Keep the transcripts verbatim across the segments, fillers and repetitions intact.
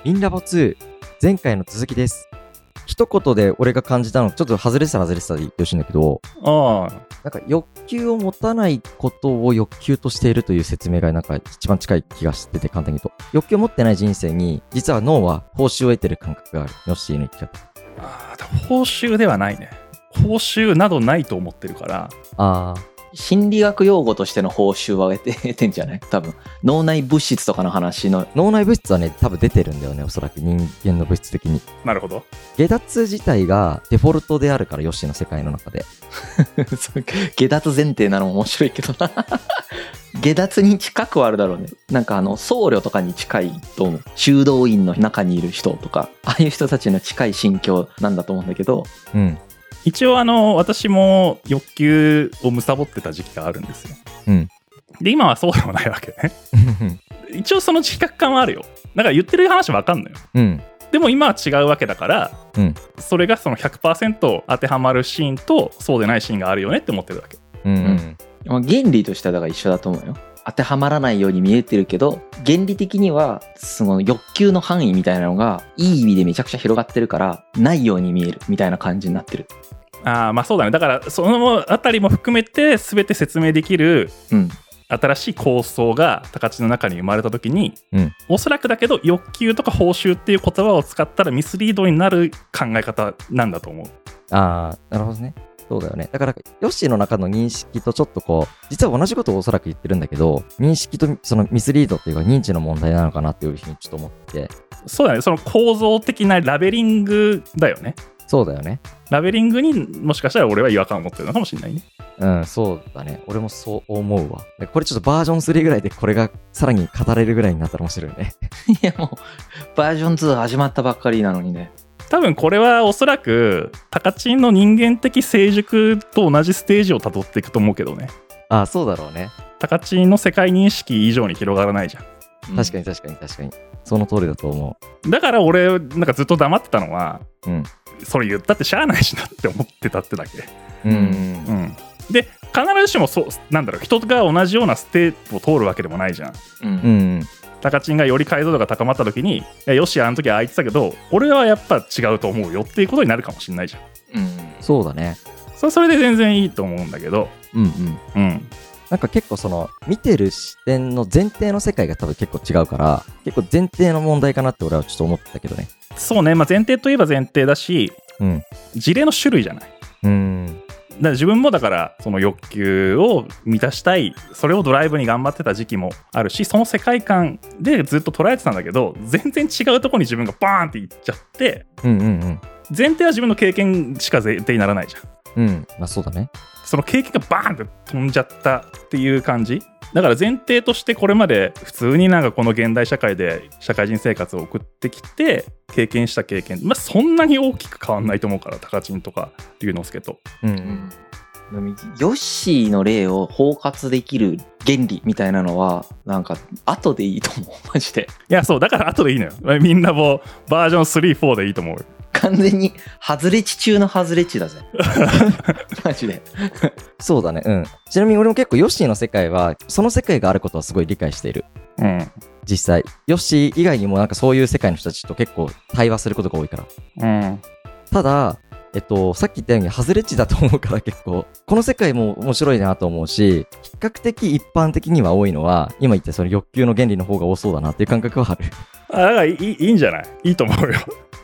ミンラボツー、前回の続きです。一言で俺が感じたの、ちょっと外れてたら外れてたで言ってほしいんだけど、 ああ。 なんか欲求を持たないことを欲求としているという説明がなんか一番近い気がしてて、簡単に言うと。欲求を持ってない人生に、実は脳は報酬を得てる感覚がある。ヨッシーの生き方。 ああ、でも報酬ではないね。報酬などないと思ってるから。 ああ。 心理学用語としての報酬は得て、得てんじゃない？多分。脳内物質とかの話の。 脳内物質はね、多分出てるんだよね、おそらく人間の物質的に。 なるほど。 下脱自体がデフォルトであるから、ヨッシーの世界の中で。 下脱前提なのも面白いけどな。下脱に近くはあるだろうね。なんかあの、僧侶とかに近いと思う。修道院の中にいる人とか、ああいう人たちの近い心境なんだと思うんだけど。 うん。 一応あの私も欲求を貪ってた時期があるんですよ。 うん。 で今はそうでもないわけね。一応その自覚感はあるよ。だから言ってる話わかんのよ。 うん。 でも今は違うわけだから、 うん、 それがその ひゃくパーセント 当てはまるシーンとそうでないシーンがあるよねって思ってるだけ。 うん、 うん、原理としてはだから一緒だと思うよ。当てはまらないように見えてるけど、原理的にはその欲求の範囲みたいなのがいい意味でめちゃくちゃ広がってるからないように見えるみたいな感じになってる。 ああ、まあそうだね。だからそのあたりも含めて全て説明できる、うん、新しい構想が高知の中に生まれた時に、うん、おそらくだけど欲求とか報酬っていう言葉を使ったらミスリードになる考え方なんだと思う。 ああ、なるほどね。そうだよね。だからヨッシーの中の認識とちょっとこう、実は同じことをおそらく言ってるんだけど、認識とそのミスリードっていうか認知の問題なのかなっていうふうにちょっと思ってて。 そうだね。その構造的なラベリングだよね。 そうだよね。 ラベリングにもしかしたら俺は違和感を持ってるのかもしれないね。 うん、そうだね。俺もそう思うわ。これちょっとバージョンスリーぐらいでこれがさらに語れるぐらいになったら面白いよね。 いやもうバージョンツー始まったばっかりなのにね。 多分これはおそらくタカチンの人間的成熟と同じステージをたどっていくと思うけどね。 ああ、そうだろうね。 タカチンの世界認識以上に広がらないじゃん。 確かに確かに確かに。その通りだと思う。だから俺なんかずっと黙ってたのは、 うん、 それ言ったってしゃあないしなって思ってたってだけ。 うん、うんうんで必ずしもそうなんだろう、人が同じようなステップを通るわけでもないじゃん。 うんうん、 タカチンがより解像度が高まった時に、いやよしあの時はああ言ってたけど俺はやっぱ違うと思うよっていうことになるかもしれないじゃん。 うん、そうだね。 そ, それで全然いいと思うんだけど、 うんうんうん、なんか結構その見てる視点の前提の世界が多分結構違うから結構前提の問題かなって俺はちょっと思ってたけどね。 そうね、まあ、前提といえば前提だし、うん、事例の種類じゃない。 うんだから自分もだからその欲求を満たしたい、それをドライブに頑張ってた時期もあるし、その世界観でずっと捉えてたんだけど全然違うところに自分がバーンっていっちゃって、 うんうんうん、 前提は自分の経験しか前提にならないじゃん。 うん、まあそうだね。 その経験がバーンって飛んじゃったっていう感じだから、前提としてこれまで普通になんかこの現代社会で社会人生活を送ってきて経験した経験、まあそんなに大きく変わんないと思うから、タカチンとか龍之介と。 うんうん、ヨッシーの例を包括できる原理みたいなのはなんか後でいいと思う、マジで。 いやそうだから後でいいのよ。みんなもうバージョンスリー、フォーでいいと思うよ。 完全に外れ値中の外れ値だぜ。マジで。 そうだね。うん。ちなみに俺も結構ヨッシーの世界はその世界があることはすごい理解している。 うん。 実際ヨッシー以外にもなんかそういう世界の人たちと結構対話することが多いから。 うん。 ただえっとさっき言ったように外れ値だと思うから、結構この世界も面白いなと思うし、比較的一般的には多いのは今言ったその欲求の原理の方が多そうだなっていう感覚はある。 あ、だからいい、いいんじゃない？いいと思うよ。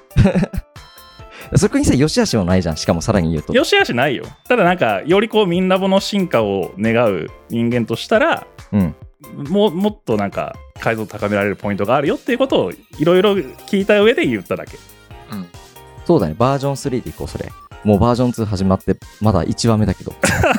そこにさ、良し悪しもないじゃん。しかもさらに言うと良し悪しないよ。ただなんかよりこうミンラボの進化を願う人間としたら、 うん、 も, もっとなんか解像度高められるポイントがあるよっていうことをいろいろ聞いた上で言っただけ。 うん、そうだね。バージョンスリーでいこう。それもうバージョンツー始まってまだいちわめだけど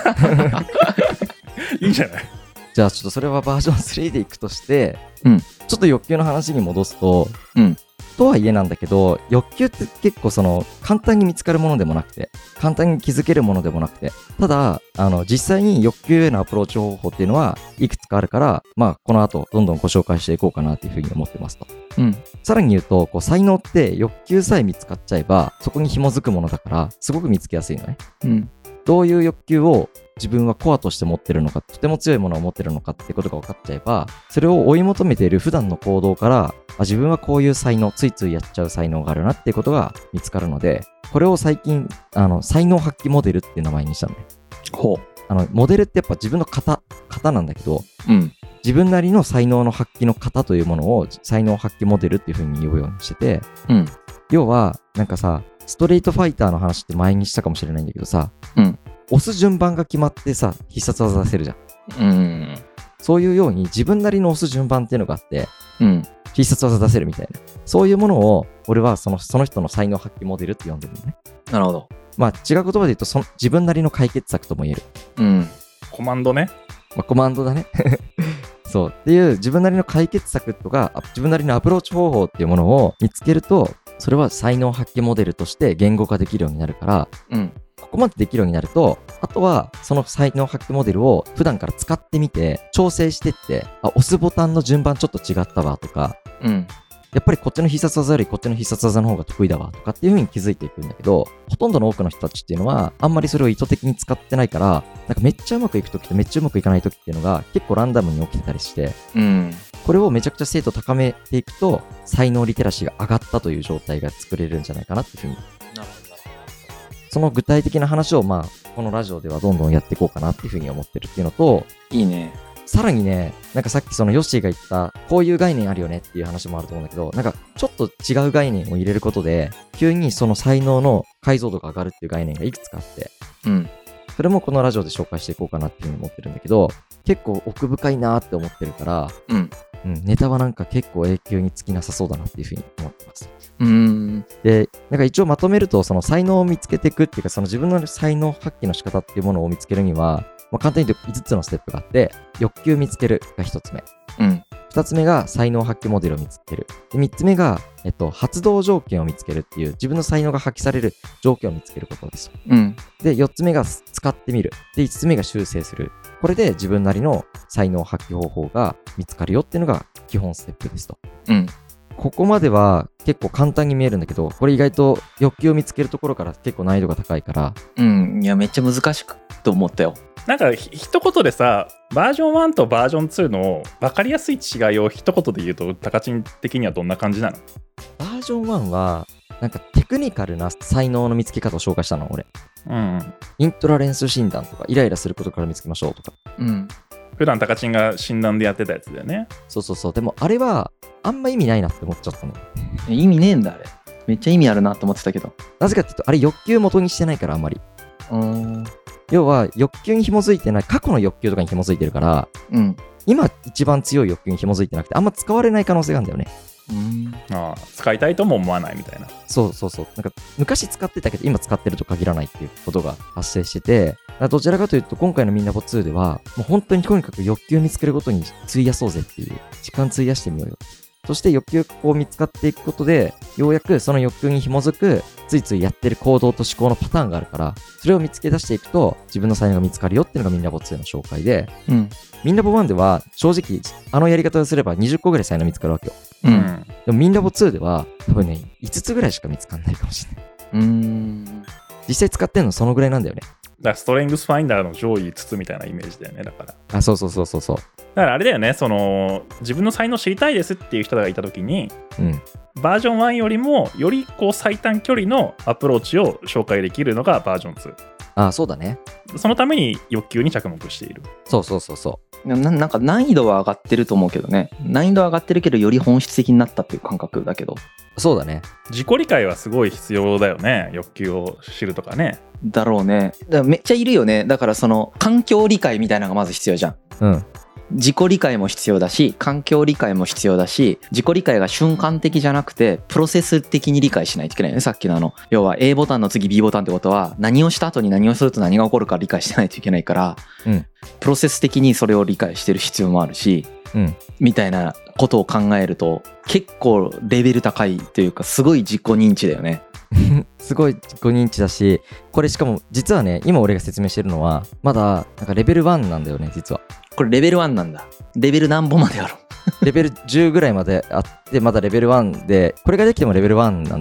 いいんじゃない？ じゃあちょっとそれはバージョンスリーでいくとして、 うん、 ちょっと欲求の話に戻すと、 うん、 とはいえなんだけど、欲求って結構その簡単に見つかるものでもなくて、簡単に気づけるものでもなくて、ただあの実際に欲求へのアプローチ方法っていうのはいくつかあるから、まあこの後どんどんご紹介していこうかなっていうふうに思ってますと。 うん、 さらに言うと、こう才能って欲求さえ見つかっちゃえばそこに紐づくものだからすごく見つけやすいのね。 うん、 どういう欲求を自分はコアとして持ってるのか、とても強いものを持ってるのかってことが分かっちゃえば、それを追い求めている普段の行動から自分はこういう才能、ついついやっちゃう才能があるなっていうことが見つかるので、これを最近あの才能発揮モデルっていう名前にしたのね。 ほう。 あのモデルってやっぱ自分の型型なんだけど、 うん、 自分なりの才能の発揮の型というものを才能発揮モデルっていう風に呼ぶようにしてて、 うん、 要はなんかさ、ストリートファイターの話って前にしたかもしれないんだけどさ、 うん、 押す順番が決まってさ、必殺技出せるじゃん。 うん、 そういうように自分なりの押す順番っていうのがあって、 うん、 必殺技出せるみたいな、そういうものを俺はそのその人の才能発揮モデルって呼んでるのね。 なるほど。 まあ違う言葉で言うとその自分なりの解決策とも言える。 うん。 コマンドね。 まあ、コマンドだね。そうっていう自分なりの解決策とか自分なりのアプローチ方法っていうものを見つけると、それは才能発揮モデルとして言語化できるようになるから、 うん、 ここまでできるようになると、あとはその才能発揮モデルを普段から使ってみて調整してって、あ、押すボタンの順番ちょっと違ったわとか、 うん、 やっぱりこっちの必殺技よりこっちの必殺技の方が得意だわとかっていう風に気づいていくんだけど、ほとんどの多くの人たちっていうのはあんまりそれを意図的に使ってないから、なんかめっちゃうまくいく時とめっちゃうまくいかない時っていうのが結構ランダムに起きてたりして、 うん、 これをめちゃくちゃ精度高めていくと才能リテラシーが上がったという状態が作れるんじゃないかなっていう風に。 なるほど。 その具体的な話をまあこのラジオではどんどんやっていこうかなっていう風に思ってるっていうのと、 いいね。 さらにね、なんかさっきそのヨッシーが言ったこういう概念あるよねっていう話もあると思うんだけど、なんかちょっと違う概念を入れることで急にその才能の解像度が上がるっていう概念がいくつかあって、 うん、 それもこのラジオで紹介していこうかなっていうふうに思ってるんだけど、結構奥深いなーって思ってるから、 うんうん、ネタはなんか結構永久に尽きなさそうだなっていうふうに思ってます。 うーん。 で、なんか一応まとめると、その才能を見つけていくっていうか、その自分の才能発揮の仕方っていうものを見つけるには、まあ、簡単に言うといつつのステップがあって、欲求見つけるがひとつめ。 うん。 ふたつめが才能発揮モデルを見つける。でみっつめが、えっと、発動条件を見つけるっていう自分の才能が発揮される条件を見つけることです。 うん。 で、よっつめが使ってみる。で、いつつめが修正する。これで自分なりの才能発揮方法が見つかるよっていうのが基本ステップですと。 うん。 ここまでは結構簡単に見えるんだけど、これ意外と欲求を見つけるところから結構難易度が高いから。 うん。いや、めっちゃ難しくと思ったよ。 なんか一言でさ、バージョンワンとバージョンツーの分かりやすい違いを一言で言うと、タカチン的にはどんな感じなの？ バージョンワンはなんかテクニカルな才能の見つけ方を紹介したの俺。 うん、 イントラレンス診断とかイライラすることから見つけましょうとか。 うん。 普段タカチンが診断でやってたやつだよね。 そうそうそう。でもあれはあんま意味ないなって思っちゃったの。 意味ねえんだあれ。めっちゃ意味あるなって思ってたけど。 なぜかっていうとあれ欲求元にしてないからあんまり。 うーん。 要は欲求に紐づいてない過去の欲求とかに紐づいてるから、 うん、 今一番強い欲求に紐づいてなくてあんま使われない可能性があるんだよね。 うん。 ああ、使いたいとも思わないみたいな。 そうそうそう。なんか昔使ってたけど今使ってると限らないっていうことが発生してて、どちらかというと今回のみんなぼツーではもう本当にとにかく欲求見つけることに費やそうぜっていう時間費やしてみようよ。そして欲求がこう見つかっていくことでようやくその欲求に紐づくついついやってる行動と思考のパターンがあるから、それを見つけ出していくと自分の才能が見つかるよっていうのがみんなぼツーの紹介で、 うん、 みんなぼワンでは正直あのやり方をすればにじゅっこぐらい才能見つかるわけよ。 うん、 でもみんなぼツーでは多分ねいつつぐらいしか見つかんないかもしれない。 うーん。 実際使ってんのそのぐらいなんだよね。 だからストレングスファインダーの上位いつつみたいなイメージだよね。だからあ、そうそうそうそうそう。 だからあれだよね、その自分の才能知りたいですっていう人がいたときに、 うん、 バージョンワンよりもよりこう最短距離のアプローチを紹介できるのがバージョンツー。 あ、そうだね。 そのために欲求に着目している。 そうそうそうそう。 な, なんか難易度は上がってると思うけどね。難易度は上がってるけどより本質的になったっていう感覚だけど。 そうだね。 自己理解はすごい必要だよね。欲求を知るとかね。 だろうね。だからめっちゃいるよね。だからその環境理解みたいなのがまず必要じゃん。 うん。 自己理解も必要だし、環境理解も必要だし、自己理解が瞬間的じゃなくてプロセス的に理解しないといけないよね。さっきのあの要は A ボタンの次 B ボタンってことは何をした後に何をすると何が起こるか理解してないといけないから、 うん、 プロセス的にそれを理解してる必要もあるし、 うん、 みたいなことを考えると結構レベル高いというかすごい自己認知だよね。 すごい自己認知だし、これしかも実はね、今俺が説明してるのはまだなんかレベルワンなんだよね。実はこれレベルワンなんだ。レベル何本まである？ レベルじゅうぐらいまであって、まだレベルワンで、これができてもレベルワンなんだよね。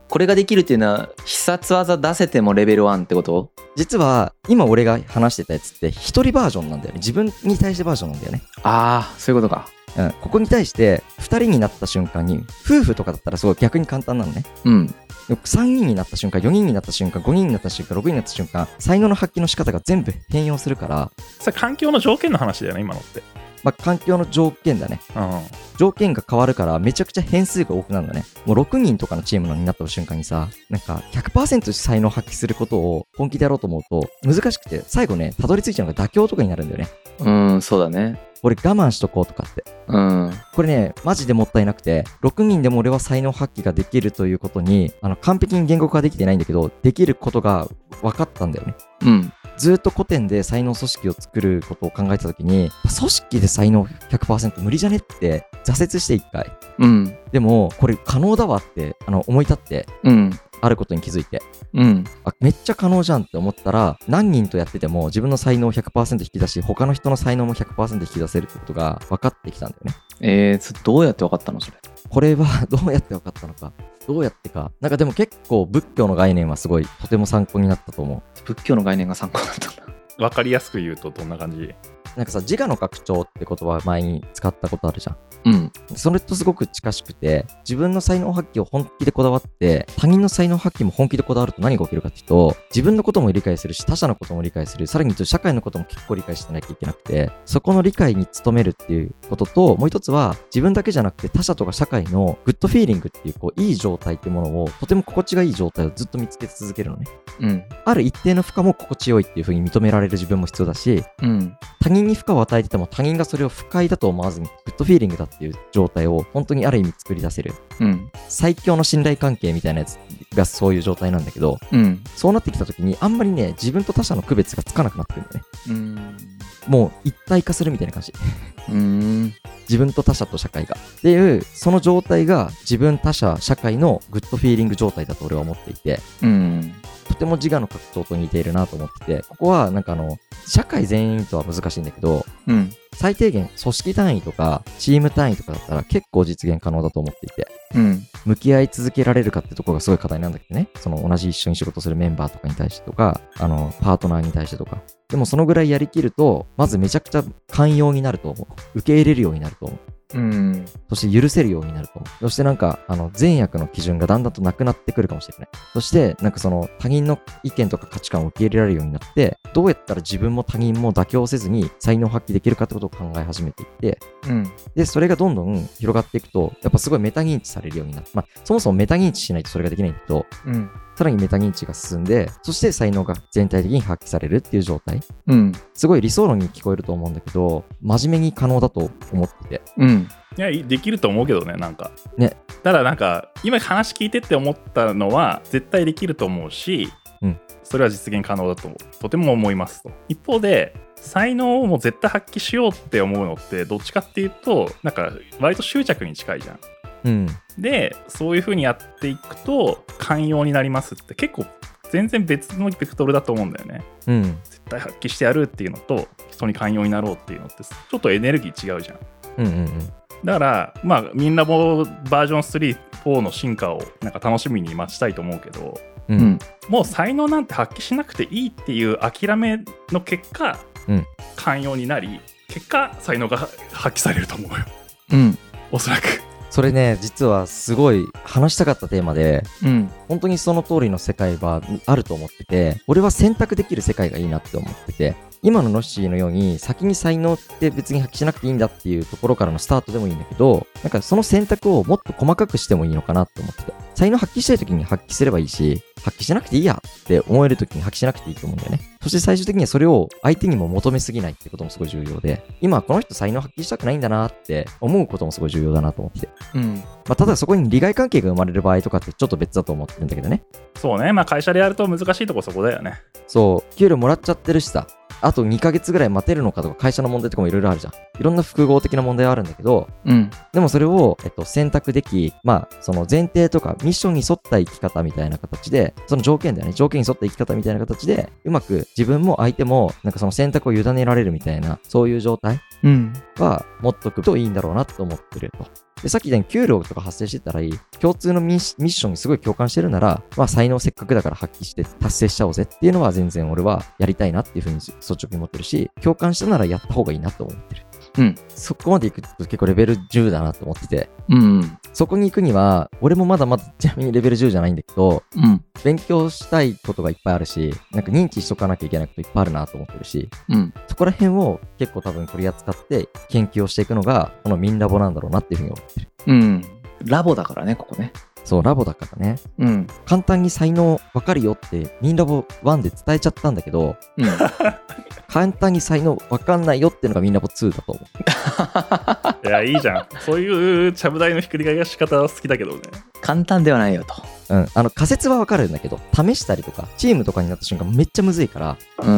これができるっていうのは必殺技出せてもレベルワンってこと？ 実は今俺が話してたやつって一人バージョンなんだよね。自分に対してバージョンなんだよね。 ああ、そういうことか。 うん、ここに対してふたりになった瞬間に、夫婦とかだったらすごい逆に簡単なのね。 うん。 さんにんになった瞬間、よにんになった瞬間、ごにんになった瞬間、ろくにんになった瞬間、才能の発揮の仕方が全部変容するから。 それ環境の条件の話だよね、今のって。 まあ、環境の条件だね、うん、条件が変わるからめちゃくちゃ変数が多くなるんだね。もうろくにんとかのチームになった瞬間にさ、なんか ひゃくパーセント 才能を発揮することを本気でやろうと思うと難しくて、最後ね、たどり着いちゃうのが妥協とかになるんだよね。 うーん、そうだね。 俺我慢しとこうとかって。 うん。 これね、マジでもったいなくて、ろくにんでも俺は才能発揮ができるということに、あの、完璧に言語化できてないんだけど、できることが分かったんだよね。 うん。 ずっと古典で才能組織を作ることを考えたときに、組織で才能 ひゃくパーセント 無理じゃねって挫折して一回。 うん。 でも、これ可能だわって、あの、思い立って、 うん。 あることに気づいて、 うん、 あ、めっちゃ可能じゃんって思ったら、何人とやってても自分の才能を ひゃくパーセント 引き出し、他の人の才能も ひゃくパーセント 引き出せるってことが分かってきたんだよね。 えー、どうやって分かったのそれ。 これはどうやって分かったのか。どうやってか。なんかでも結構仏教の概念はすごいとても参考になったと思う。 仏教の概念が参考になったんだ。 分かりやすく言うとどんな感じ？ なんかさ、自我の拡張って言葉前に使ったことあるじゃん。 うん。 それとすごく近しくて、自分の才能発揮を本気でこだわって、他人の才能発揮も本気でこだわると何が起きるかっていうと、自分のことも理解するし、他者のことも理解する、さらに言うと社会のことも結構理解してなきゃいけなくて、そこの理解に努めるっていうことと、もう一つは自分だけじゃなくて他者とか社会のグッドフィーリングっていう、こう、いい状態っていうものを、とても心地がいい状態をずっと見つけ続けるのね。 うん。 ある一定の負荷も心地よいっていう風に認められる自分も必要だし、 うん。 他人に負荷を与えてても他人がそれを不快だと思わずにグッドフィーリングだっていう状態を本当にある意味作り出せる、 うん、 最強の信頼関係みたいなやつがそういう状態なんだけど、 うん、 そうなってきた時にあんまりね、自分と他者の区別がつかなくなってくるんだよね。 うん、 もう一体化するみたいな感じ。 うーん、 自分と他者と社会がっていうその状態が自分他者社会のグッドフィーリング状態だと俺は思っていて、 うん、 とても自我の格闘と似ているなと思ってて、ここはなんかあの社会全員とは難しいんだけど、 うん、 最低限組織単位とかチーム単位とかだったら結構実現可能だと思っていて、 うん、 向き合い続けられるかってところがすごい課題なんだけどね。その同じ一緒に仕事するメンバーとかに対してとか、あのパートナーに対してとか、でもそのぐらいやりきるとまずめちゃくちゃ寛容になると思う。受け入れるようになると思う。 うん、 そして許せるようになると思う。そしてなんかあの善悪の基準がだんだんとなくなってくるかもしれない。そしてなんかその他人の意見とか価値観を受け入れられるようになって、どうやったら自分も他人も妥協せずに才能を発揮できるかってことを考え始めていって、 うん、 でそれがどんどん広がっていくと、やっぱすごいメタ認知されるようになって、まあそもそもメタ認知しないとそれができないんだけど、 うん、 さらにメタ認知が進んで、そして才能が全体的に発揮されるっていう状態。 うん、 すごい理想論に聞こえると思うんだけど、真面目に可能だと思ってて。 うん。 いや、できると思うけどね、なんか。 ね。 ただなんか、今話聞いてって思ったのは、絶対できると思うし、 うん、 それは実現可能だと思う。とても思いますと。一方で、才能をもう絶対発揮しようって思うのって、どっちかっていうと、なんか、割と執着に近いじゃん。 うん、 でそういう風にやっていくと寛容になりますって結構全然別のベクトルだと思うんだよね、 うん、 絶対発揮してやるっていうのと人に寛容になろうっていうのってちょっとエネルギー違うじゃん、 うんうんうん、 だからまあみんなもバージョンスリー、フォーの進化をなんか楽しみに待ちたいと思うけど、 うん、 もう才能なんて発揮しなくていいっていう諦めの結果、 うん、 寛容になり結果才能が発揮されると思うよ、 うん、 おそらく。 それね、実はすごい話したかったテーマで、 うん、 本当にその通りの世界はあると思ってて、俺は選択できる世界がいいなって思ってて、今のノッシーのように先に才能って別に発揮しなくていいんだっていうところからのスタートでもいいんだけど、なんかその選択をもっと細かくしてもいいのかなって思ってて、才能発揮したい時に発揮すればいいし、発揮しなくていいやって思える時に発揮しなくていいと思うんだよね。そして最終的にはそれを相手にも求めすぎないってこともすごい重要で、今この人才能発揮したくないんだなって思うこともすごい重要だなと思ってて、 うん、 まあ、ただそこに利害関係が生まれる場合とかってちょっと別だと思ってるんだけどね。 そうね、まあ会社でやると難しいとこそこだよね。 そう、給料もらっちゃってるしさ、あとにかげつぐらい待てるのかとか会社の問題とかもいろいろあるじゃん。いろんな複合的な問題はあるんだけど、 うん、 でもそれを、えっと、選択でき、まあその前提とかミッションに沿った生き方みたいな形で、その条件だよね、条件に沿った生き方みたいな形でうまく自分も相手もなんかその選択を委ねられるみたいな、そういう状態うん、 は持っとくといいんだろうなと思ってると。 で、さっき言ったように給料とか発生してたらいい。共通のミッションにすごい共感してるなら、まあ才能せっかくだから発揮して達成しちゃおうぜっていうのは全然俺はやりたいなっていうふうに率直に思ってるし、共感したならやった方がいいなと思ってる。 うん。 そこまで行くと結構レベルじゅうだなと思ってて。 うん、うん。 そこに行くには、俺もまだまだちなみにレベルじゅうじゃないんだけど、 うん。 勉強したいことがいっぱいあるし、なんか認知しとかなきゃいけないこといっぱいあるなと思ってるし、 うん。 そこら辺を結構多分取り扱って研究をしていくのが、このミンラボなんだろうなっていうふうに思ってる。 うん。ラボだからね、ここね。 そう、ラボだからね。 うん。 簡単に才能分かるよって、ミンラボワンで伝えちゃったんだけど、 うん。 簡単に才能分かんないよっていうのがミンラボツーだと思う。いや、いいじゃん。そういうちゃぶ台のひっくり返し方は好きだけどね。 簡単ではないよと。 うん。あの、仮説は分かるんだけど、試したりとか、チームとかになった瞬間めっちゃむずいから、 うん。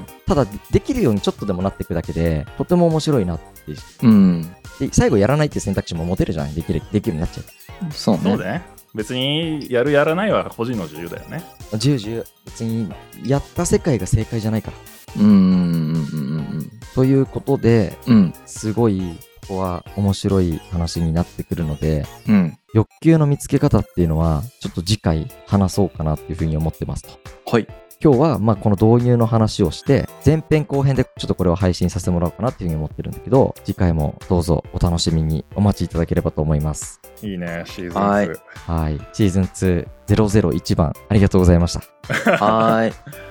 ただ、できるようにちょっとでもなっていくだけで、とても面白いなって。 うん。 で、最後やらないっていう選択肢も持てるじゃない。できる、できるようになっちゃう。 そうね。 そうだね。別にやるやらないは個人の自由だよね。 自由自由。別にやった世界が正解じゃないから。 うんうんうんうんということで、 うん、 すごいここは面白い話になってくるので、 うん、 欲求の見つけ方っていうのはちょっと次回話そうかなっていうふうに思ってますと。 はい。 今日はまあこの導入の話をして前編後編でちょっとこれを配信させてもらおうかなっていうふうに思ってるんだけど、次回もどうぞお楽しみにお待ちいただければと思います。 いいね、シーズンツー。 はい、 はい、シーズンツーゼロゼロいちばんありがとうございました。 はい。